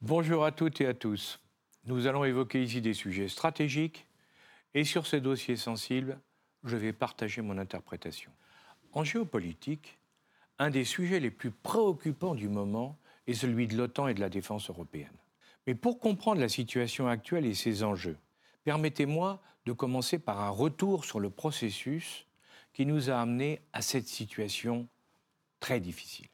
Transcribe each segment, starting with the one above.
Bonjour à toutes et à tous. Nous allons évoquer ici des sujets stratégiques et sur ces dossiers sensibles, je vais partager mon interprétation. En géopolitique, un des sujets les plus préoccupants du moment est celui de l'OTAN et de la défense européenne. Mais pour comprendre la situation actuelle et ses enjeux, permettez-moi de commencer par un retour sur le processus qui nous a amenés à cette situation très difficile.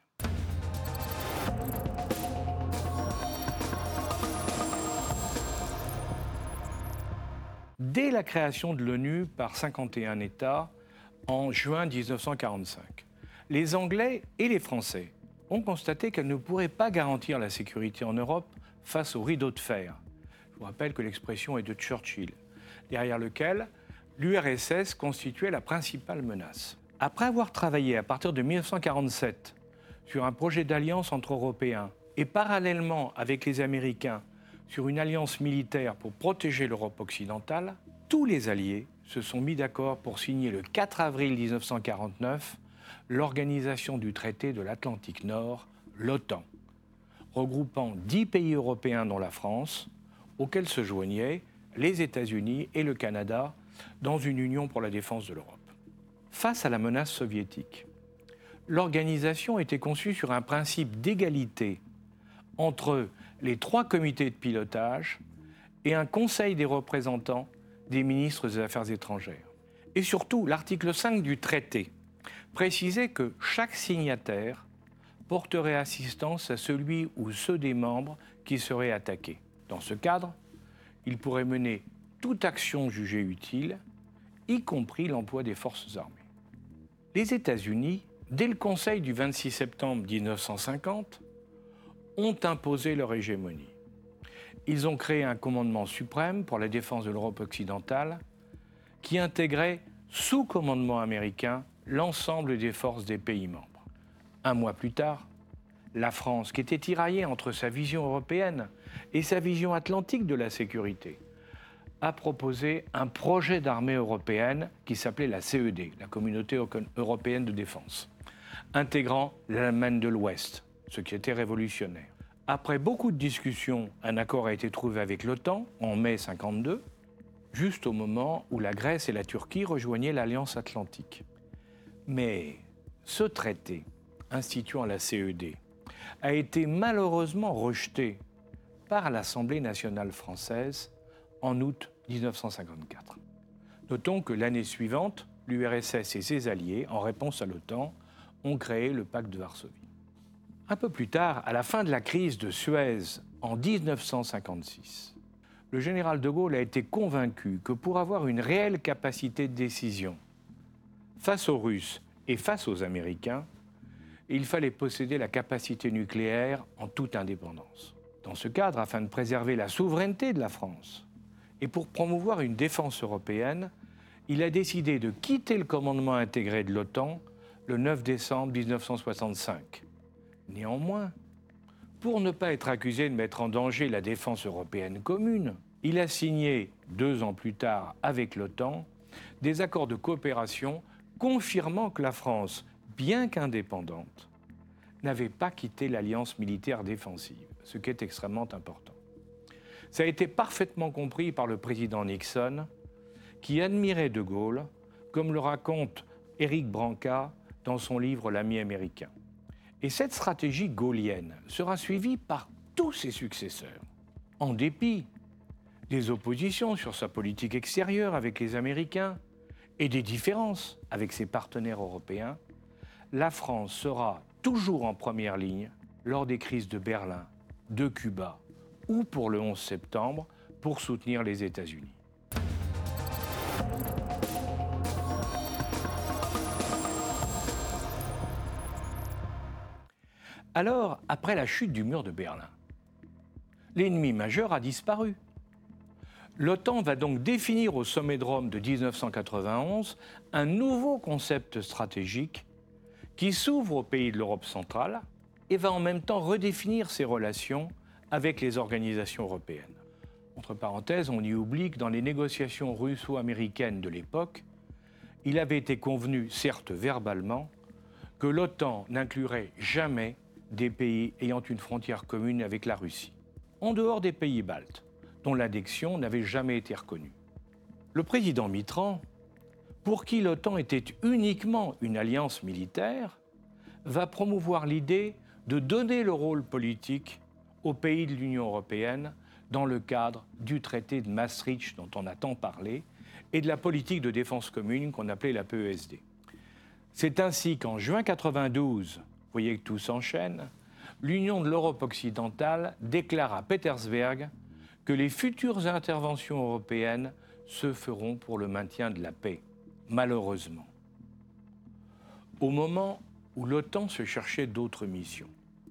Dès la création de l'ONU par 51 États en juin 1945, les Anglais et les Français ont constaté qu'elles ne pourraient pas garantir la sécurité en Europe face au rideau de fer. Je vous rappelle que l'expression est de Churchill, derrière lequel l'URSS constituait la principale menace. Après avoir travaillé à partir de 1947 sur un projet d'alliance entre Européens et parallèlement avec les Américains sur une alliance militaire pour protéger l'Europe occidentale, tous les alliés se sont mis d'accord pour signer le 4 avril 1949 l'organisation du traité de l'Atlantique Nord, l'OTAN, regroupant 10 pays européens dont la France, auxquels se joignaient les États-Unis et le Canada dans une union pour la défense de l'Europe. Face à la menace soviétique, l'organisation était conçue sur un principe d'égalité entre les 3 comités de pilotage et un conseil des représentants des ministres des Affaires étrangères. Et surtout, l'article 5 du traité précisait que chaque signataire porterait assistance à celui ou ceux des membres qui seraient attaqués. Dans ce cadre, il pourrait mener toute action jugée utile, y compris l'emploi des forces armées. Les États-Unis, dès le Conseil du 26 septembre 1950, ont imposé leur hégémonie. Ils ont créé un commandement suprême pour la défense de l'Europe occidentale qui intégrait sous commandement américain l'ensemble des forces des pays membres. Un mois plus tard, la France, qui était tiraillée entre sa vision européenne et sa vision atlantique de la sécurité, a proposé un projet d'armée européenne qui s'appelait la CED, la Communauté européenne de défense, intégrant l'Allemagne de l'Ouest, ce qui était révolutionnaire. Après beaucoup de discussions, un accord a été trouvé avec l'OTAN en mai 1952, juste au moment où la Grèce et la Turquie rejoignaient l'Alliance atlantique. Mais ce traité, instituant la CED, a été malheureusement rejeté par l'Assemblée nationale française en août 1954. Notons que l'année suivante, l'URSS et ses alliés, en réponse à l'OTAN, ont créé le pacte de Varsovie. Un peu plus tard, à la fin de la crise de Suez en 1956, le général de Gaulle a été convaincu que pour avoir une réelle capacité de décision face aux Russes et face aux Américains, il fallait posséder la capacité nucléaire en toute indépendance. Dans ce cadre, afin de préserver la souveraineté de la France et pour promouvoir une défense européenne, il a décidé de quitter le commandement intégré de l'OTAN le 9 décembre 1965. Néanmoins, pour ne pas être accusé de mettre en danger la défense européenne commune, il a signé 2 ans plus tard avec l'OTAN des accords de coopération confirmant que la France, bien qu'indépendante, n'avait pas quitté l'alliance militaire défensive, ce qui est extrêmement important. Ça a été parfaitement compris par le président Nixon, qui admirait de Gaulle, comme le raconte Éric Branca dans son livre « L'ami américain ». Et cette stratégie gaullienne sera suivie par tous ses successeurs. En dépit des oppositions sur sa politique extérieure avec les Américains et des différences avec ses partenaires européens, la France sera toujours en première ligne lors des crises de Berlin, de Cuba ou pour le 11 septembre pour soutenir les États-Unis. Alors, après la chute du mur de Berlin, l'ennemi majeur a disparu. L'OTAN va donc définir au sommet de Rome de 1991 un nouveau concept stratégique qui s'ouvre aux pays de l'Europe centrale et va en même temps redéfinir ses relations avec les organisations européennes. Entre parenthèses, on y oublie que dans les négociations russo-américaines de l'époque, il avait été convenu, certes verbalement, que l'OTAN n'inclurait jamais des pays ayant une frontière commune avec la Russie. en dehors des pays baltes, dont l'adhésion n'avait jamais été reconnue. Le président Mitterrand, pour qui l'OTAN était uniquement une alliance militaire, va promouvoir l'idée de donner le rôle politique aux pays de l'Union européenne dans le cadre du traité de Maastricht dont on a tant parlé et de la politique de défense commune qu'on appelait la PESD. C'est ainsi qu'en juin 1992, vous voyez que tout s'enchaîne, l'Union de l'Europe occidentale déclare à Petersberg que les futures interventions européennes se feront pour le maintien de la paix, malheureusement. Au moment où l'OTAN se cherchait d'autres missions,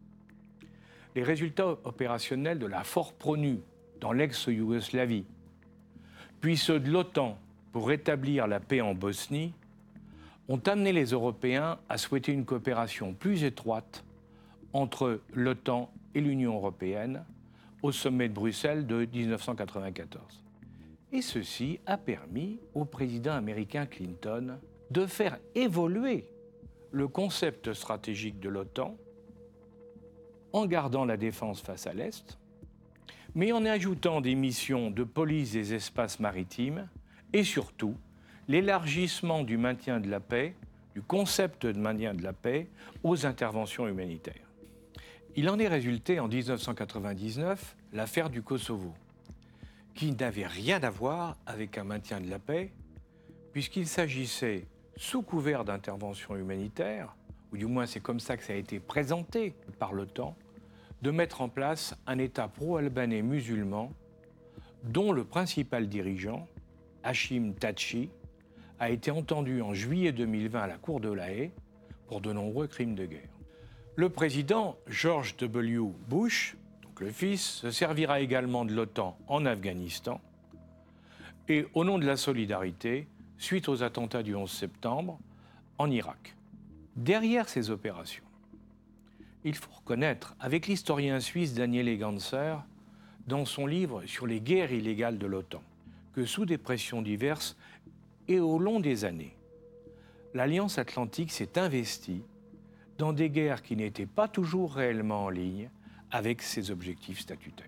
les résultats opérationnels de la FORPRONU dans l'ex-Yougoslavie, puis ceux de l'OTAN pour rétablir la paix en Bosnie, ont amené les Européens à souhaiter une coopération plus étroite entre l'OTAN et l'Union européenne au sommet de Bruxelles de 1994. Et ceci a permis au président américain Clinton de faire évoluer le concept stratégique de l'OTAN en gardant la défense face à l'Est, mais en ajoutant des missions de police des espaces maritimes et surtout l'élargissement du maintien de la paix, du concept de maintien de la paix aux interventions humanitaires. Il en est résulté en 1999 l'affaire du Kosovo, qui n'avait rien à voir avec un maintien de la paix, puisqu'il s'agissait, sous couvert d'intervention humanitaire, ou du moins c'est comme ça que ça a été présenté par l'OTAN, de mettre en place un État pro-albanais musulman dont le principal dirigeant, Hashim Thaçi, a été entendu en juillet 2020 à la Cour de La Haye pour de nombreux crimes de guerre. Le président George W. Bush, donc le fils, se servira également de l'OTAN en Afghanistan et au nom de la solidarité, suite aux attentats du 11 septembre, en Irak. Derrière ces opérations, il faut reconnaître, avec l'historien suisse Daniel Eganser, dans son livre sur les guerres illégales de l'OTAN, que sous des pressions diverses et au long des années, l'Alliance Atlantique s'est investie dans des guerres qui n'étaient pas toujours réellement en ligne avec ses objectifs statutaires.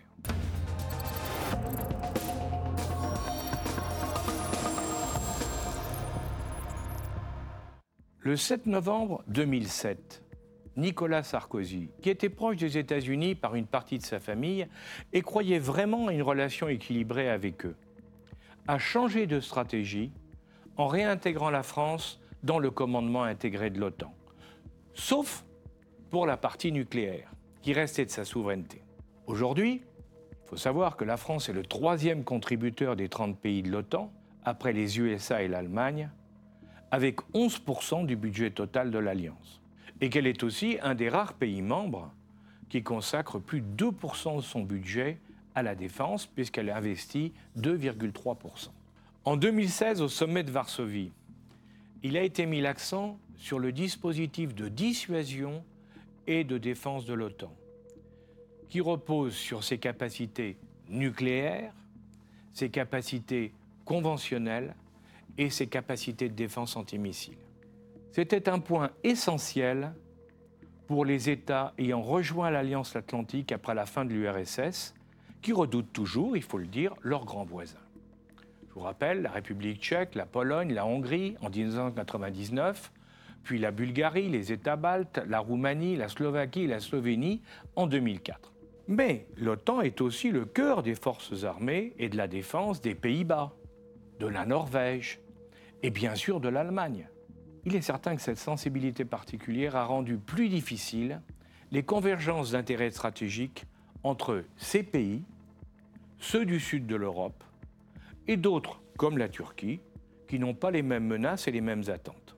Le 7 novembre 2007, Nicolas Sarkozy, qui était proche des États-Unis par une partie de sa famille et croyait vraiment à une relation équilibrée avec eux, a changé de stratégie en réintégrant la France dans le commandement intégré de l'OTAN, sauf pour la partie nucléaire, qui restait de sa souveraineté. Aujourd'hui, il faut savoir que la France est le 3e contributeur des 30 pays de l'OTAN, après les USA et l'Allemagne, avec 11% du budget total de l'Alliance. Et qu'elle est aussi un des rares pays membres qui consacre plus de 2% de son budget à la défense, puisqu'elle investit 2,3%. En 2016, au sommet de Varsovie, il a été mis l'accent sur le dispositif de dissuasion et de défense de l'OTAN, qui repose sur ses capacités nucléaires, ses capacités conventionnelles et ses capacités de défense antimissiles. C'était un point essentiel pour les États ayant rejoint l'Alliance Atlantique après la fin de l'URSS, qui redoutent toujours, il faut le dire, leurs grands voisins. Je vous rappelle, la République tchèque, la Pologne, la Hongrie en 1999, puis la Bulgarie, les États baltes, la Roumanie, la Slovaquie et la Slovénie en 2004. Mais l'OTAN est aussi le cœur des forces armées et de la défense des Pays-Bas, de la Norvège et bien sûr de l'Allemagne. Il est certain que cette sensibilité particulière a rendu plus difficile les convergences d'intérêts stratégiques entre ces pays, ceux du sud de l'Europe, et d'autres, comme la Turquie, qui n'ont pas les mêmes menaces et les mêmes attentes.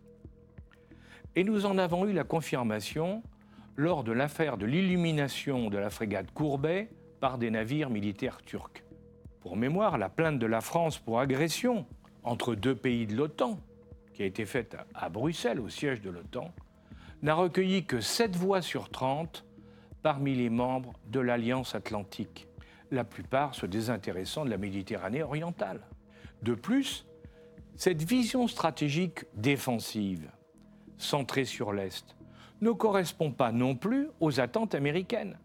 Et nous en avons eu la confirmation lors de l'affaire de l'illumination de la frégate Courbet par des navires militaires turcs. Pour mémoire, la plainte de la France pour agression entre deux pays de l'OTAN, qui a été faite à Bruxelles, au siège de l'OTAN, n'a recueilli que 7 voix sur 30 parmi les membres de l'Alliance Atlantique, la plupart se désintéressant de la Méditerranée orientale. De plus, cette vision stratégique défensive, centrée sur l'Est, ne correspond pas non plus aux attentes américaines,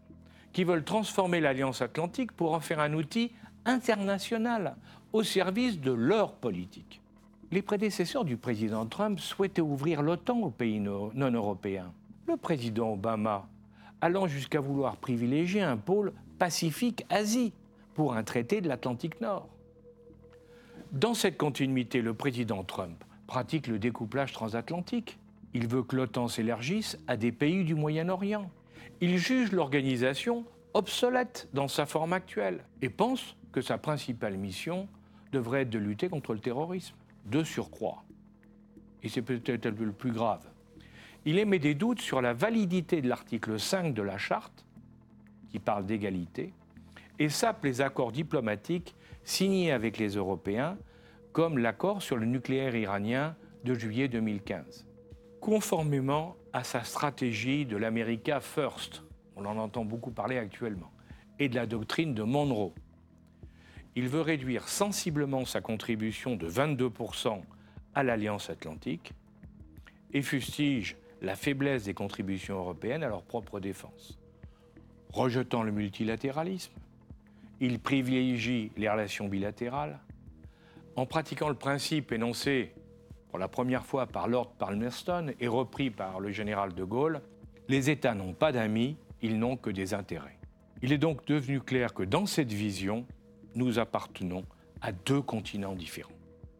qui veulent transformer l'Alliance Atlantique pour en faire un outil international au service de leur politique. Les prédécesseurs du président Trump souhaitaient ouvrir l'OTAN aux pays non européens. Le président Obama allant jusqu'à vouloir privilégier un pôle Pacifique-Asie pour un traité de l'Atlantique Nord. Dans cette continuité, le président Trump pratique le découplage transatlantique. Il veut que l'OTAN s'élargisse à des pays du Moyen-Orient. Il juge l'organisation obsolète dans sa forme actuelle et pense que sa principale mission devrait être de lutter contre le terrorisme. De surcroît, et c'est peut-être le plus grave, il émet des doutes sur la validité de l'article 5 de la Charte, qui parle d'égalité, et sape les accords diplomatiques signés avec les Européens, comme l'accord sur le nucléaire iranien de juillet 2015. Conformément à sa stratégie de l'America First, on en entend beaucoup parler actuellement, et de la doctrine de Monroe, il veut réduire sensiblement sa contribution de 22% à l'Alliance Atlantique et fustige la faiblesse des contributions européennes à leur propre défense. Rejetant le multilatéralisme, il privilégie les relations bilatérales. En pratiquant le principe énoncé pour la première fois par Lord Palmerston et repris par le général de Gaulle, les États n'ont pas d'amis, ils n'ont que des intérêts. Il est donc devenu clair que dans cette vision, nous appartenons à deux continents différents.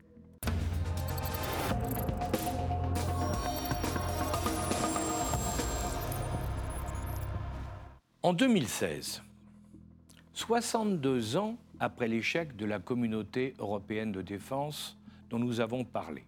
En 2016, 62 ans après l'échec de la Communauté européenne de défense dont nous avons parlé,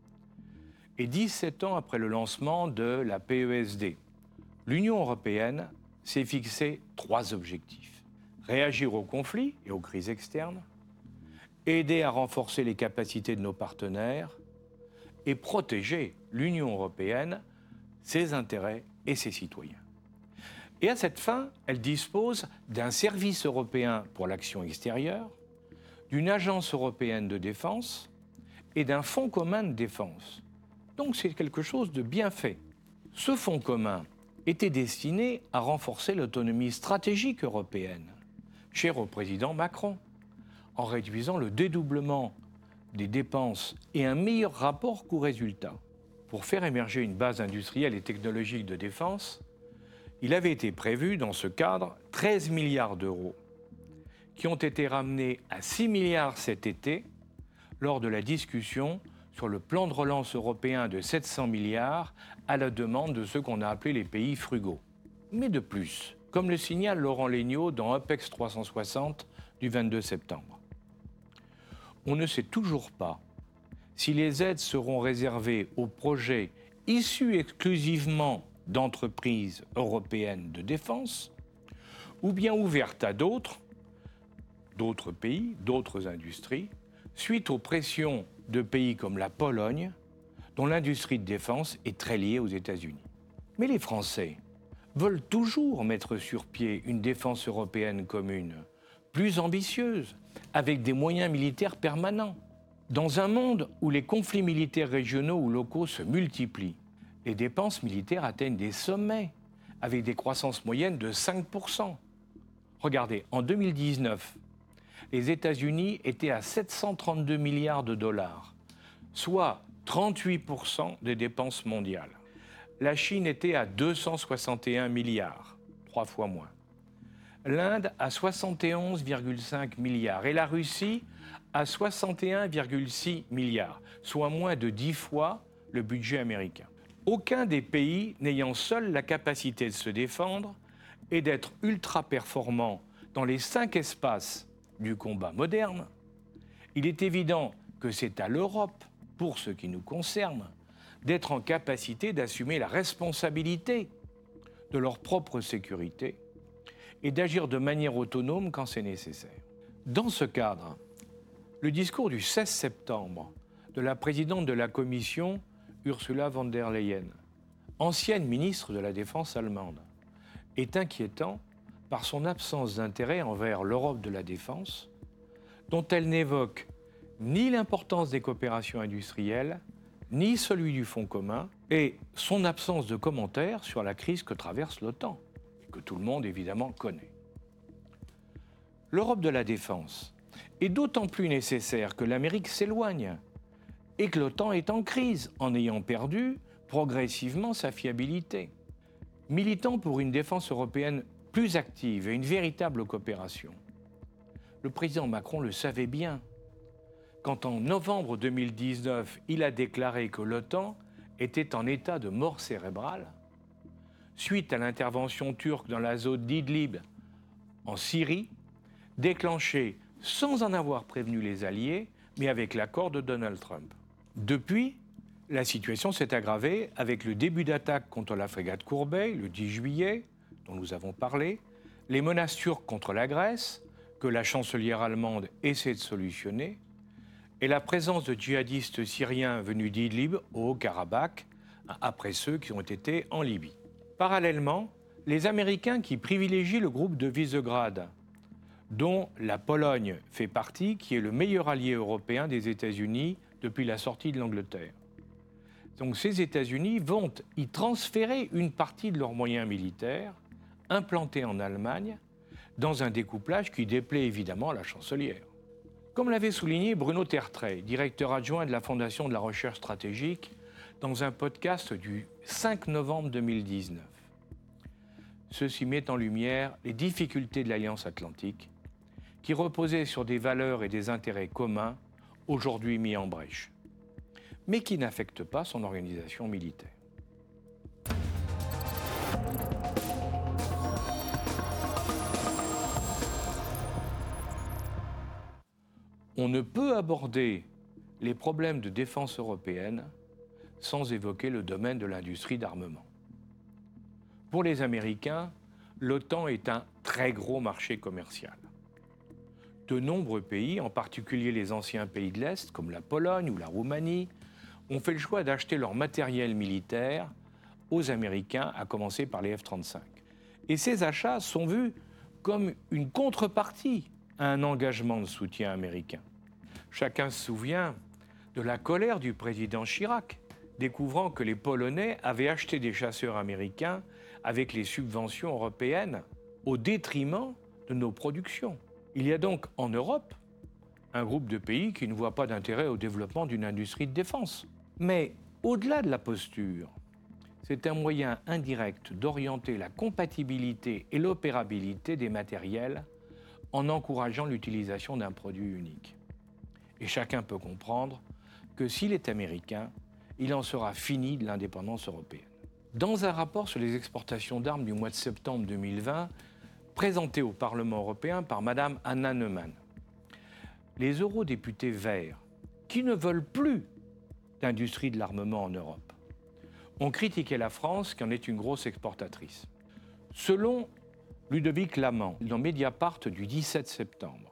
et 17 ans après le lancement de la PESD, l'Union européenne s'est fixé 3 objectifs. Réagir aux conflits et aux crises externes, aider à renforcer les capacités de nos partenaires et protéger l'Union européenne, ses intérêts et ses citoyens. Et à cette fin, elle dispose d'un service européen pour l'action extérieure, d'une agence européenne de défense et d'un fonds commun de défense. Donc c'est quelque chose de bien fait. Ce fonds commun était destiné à renforcer l'autonomie stratégique européenne, cher au président Macron, en réduisant le dédoublement des dépenses et un meilleur rapport coût-résultat. Pour faire émerger une base industrielle et technologique de défense, il avait été prévu dans ce cadre 13 milliards d'euros, qui ont été ramenés à 6 milliards cet été lors de la discussion sur le plan de relance européen de 700 milliards à la demande de ceux qu'on a appelés les pays frugaux. Mais de plus, comme le signale Laurent Legnaud dans Opex 360 du 22 septembre. On ne sait toujours pas si les aides seront réservées aux projets issus exclusivement d'entreprises européennes de défense ou bien ouvertes à d'autres pays, d'autres industries, suite aux pressions de pays comme la Pologne, dont l'industrie de défense est très liée aux États-Unis. Mais les Français veulent toujours mettre sur pied une défense européenne commune, plus ambitieuse, avec des moyens militaires permanents. Dans un monde où les conflits militaires régionaux ou locaux se multiplient, les dépenses militaires atteignent des sommets, avec des croissances moyennes de 5%. Regardez, en 2019, les États-Unis étaient à 732 milliards de dollars, soit 38% des dépenses mondiales. La Chine était à 261 milliards, 3 fois moins. L'Inde à 71,5 milliards et la Russie à 61,6 milliards, soit moins de 10 fois le budget américain. Aucun des pays n'ayant seul la capacité de se défendre et d'être ultra performant dans les 5 espaces du combat moderne, il est évident que c'est à l'Europe, pour ce qui nous concerne, d'être en capacité d'assumer la responsabilité de leur propre sécurité et d'agir de manière autonome quand c'est nécessaire. Dans ce cadre, le discours du 16 septembre de la présidente de la Commission, Ursula von der Leyen, ancienne ministre de la Défense allemande, est inquiétant par son absence d'intérêt envers l'Europe de la défense, dont elle n'évoque ni l'importance des coopérations industrielles, ni celui du fonds commun, et son absence de commentaires sur la crise que traverse l'OTAN. que tout le monde évidemment connaît. L'Europe de la défense est d'autant plus nécessaire que l'Amérique s'éloigne et que l'OTAN est en crise en ayant perdu progressivement sa fiabilité. Militant pour une défense européenne plus active et une véritable coopération, le président Macron le savait bien quand en novembre 2019, il a déclaré que l'OTAN était en état de mort cérébrale suite à l'intervention turque dans la zone d'Idlib en Syrie, déclenchée sans en avoir prévenu les Alliés, mais avec l'accord de Donald Trump. Depuis, la situation s'est aggravée avec le début d'attaque contre la frégate Corbeil, le 10 juillet, dont nous avons parlé, les menaces turques contre la Grèce, que la chancelière allemande essaie de solutionner, et la présence de djihadistes syriens venus d'Idlib au Haut-Karabakh, après ceux qui ont été en Libye. Parallèlement, les Américains qui privilégient le groupe de Visegrad, dont la Pologne fait partie, qui est le meilleur allié européen des États-Unis depuis la sortie de l'Angleterre. Donc ces États-Unis vont y transférer une partie de leurs moyens militaires, implantés en Allemagne, dans un découplage qui déplaît évidemment à la chancelière. Comme l'avait souligné Bruno Tertrais, directeur adjoint de la Fondation de la recherche stratégique, dans un podcast du 5 novembre 2019. Ceci met en lumière les difficultés de l'Alliance atlantique, qui reposait sur des valeurs et des intérêts communs, aujourd'hui mis en brèche, mais qui n'affectent pas son organisation militaire. On ne peut aborder les problèmes de défense européenne sans évoquer le domaine de l'industrie d'armement. Pour les Américains, l'OTAN est un très gros marché commercial. De nombreux pays, en particulier les anciens pays de l'Est, comme la Pologne ou la Roumanie, ont fait le choix d'acheter leur matériel militaire aux Américains, à commencer par les F-35. Et ces achats sont vus comme une contrepartie à un engagement de soutien américain. Chacun se souvient de la colère du président Chirac, découvrant que les Polonais avaient acheté des chasseurs américains avec les subventions européennes au détriment de nos productions. Il y a donc en Europe un groupe de pays qui ne voit pas d'intérêt au développement d'une industrie de défense. Mais au-delà de la posture, c'est un moyen indirect d'orienter la compatibilité et l'opérabilité des matériels en encourageant l'utilisation d'un produit unique. Et chacun peut comprendre que s'il est américain, il en sera fini de l'indépendance européenne. Dans un rapport sur les exportations d'armes du mois de septembre 2020, présenté au Parlement européen par Mme Anna Neumann, les eurodéputés verts, qui ne veulent plus d'industrie de l'armement en Europe, ont critiqué la France, qui en est une grosse exportatrice. Selon Ludovic Lamant, dans Mediapart du 17 septembre,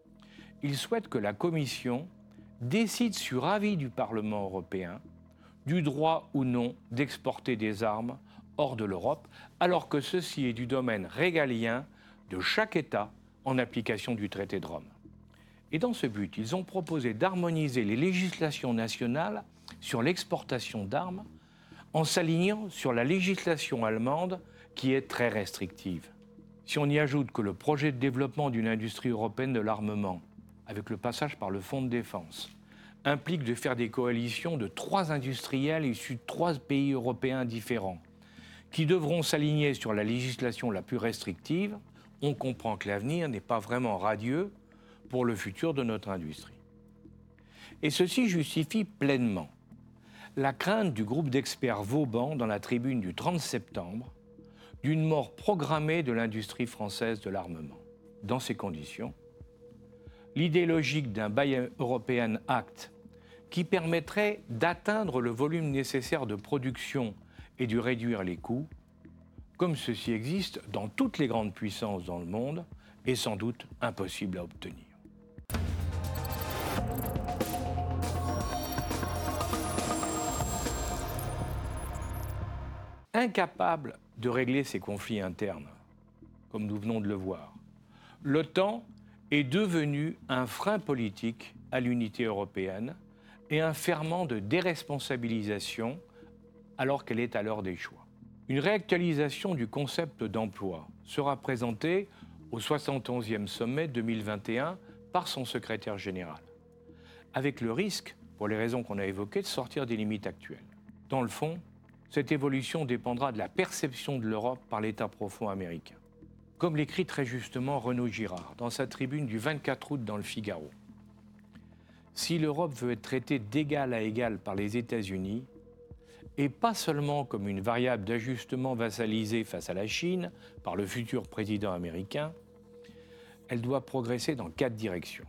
il souhaite que la Commission décide sur avis du Parlement européen du droit ou non d'exporter des armes hors de l'Europe, alors que ceci est du domaine régalien de chaque État en application du traité de Rome. Et dans ce but, ils ont proposé d'harmoniser les législations nationales sur l'exportation d'armes en s'alignant sur la législation allemande qui est très restrictive. Si on y ajoute que le projet de développement d'une industrie européenne de l'armement, avec le passage par le Fonds de défense, implique de faire des coalitions de 3 industriels issus de 3 pays européens différents, qui devront s'aligner sur la législation la plus restrictive, on comprend que l'avenir n'est pas vraiment radieux pour le futur de notre industrie. Et ceci justifie pleinement la crainte du groupe d'experts Vauban dans la tribune du 30 septembre d'une mort programmée de l'industrie française de l'armement. Dans ces conditions, l'idée logique d'un Buy European Act qui permettrait d'atteindre le volume nécessaire de production et de réduire les coûts, comme ceci existe dans toutes les grandes puissances dans le monde, est sans doute impossible à obtenir. Incapable de régler ses conflits internes, comme nous venons de le voir, l'OTAN est devenue un frein politique à l'unité européenne et un ferment de déresponsabilisation alors qu'elle est à l'heure des choix. Une réactualisation du concept d'emploi sera présentée au 71e sommet 2021 par son secrétaire général, avec le risque, pour les raisons qu'on a évoquées, de sortir des limites actuelles. Dans le fond, cette évolution dépendra de la perception de l'Europe par l'État profond américain. Comme l'écrit très justement Renaud Girard dans sa tribune du 24 août dans le Figaro. Si l'Europe veut être traitée d'égal à égal par les États-Unis, et pas seulement comme une variable d'ajustement vassalisée face à la Chine par le futur président américain, elle doit progresser dans 4 directions.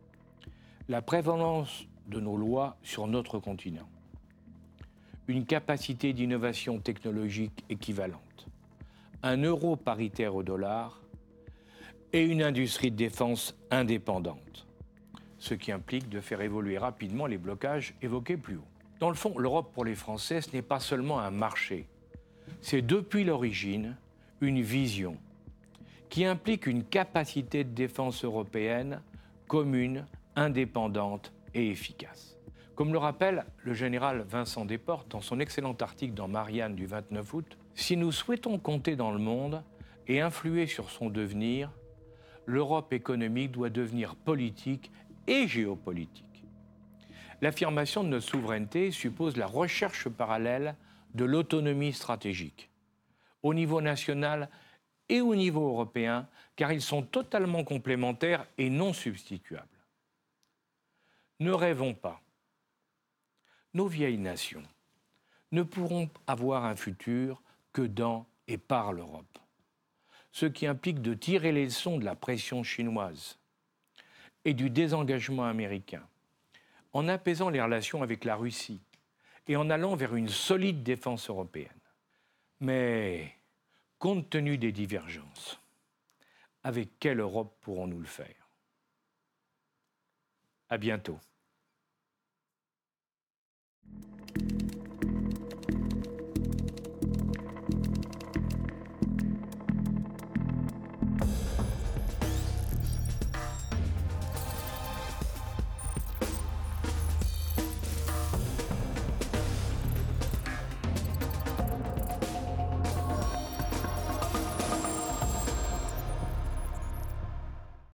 La prévalence de nos lois sur notre continent, une capacité d'innovation technologique équivalente, un euro paritaire au dollar et une industrie de défense indépendante, ce qui implique de faire évoluer rapidement les blocages évoqués plus haut. Dans le fond, l'Europe pour les Français, ce n'est pas seulement un marché, c'est depuis l'origine une vision qui implique une capacité de défense européenne commune, indépendante et efficace. Comme le rappelle le général Vincent Desportes dans son excellent article dans Marianne du 29 août, si nous souhaitons compter dans le monde et influer sur son devenir, l'Europe économique doit devenir politique et géopolitique. L'affirmation de notre souveraineté suppose la recherche parallèle de l'autonomie stratégique, au niveau national et au niveau européen, car ils sont totalement complémentaires et non substituables. Ne rêvons pas. Nos vieilles nations ne pourront avoir un futur que dans et par l'Europe, ce qui implique de tirer les leçons de la pression chinoise et du désengagement américain, en apaisant les relations avec la Russie et en allant vers une solide défense européenne. Mais, compte tenu des divergences, avec quelle Europe pourrons-nous le faire ? À bientôt.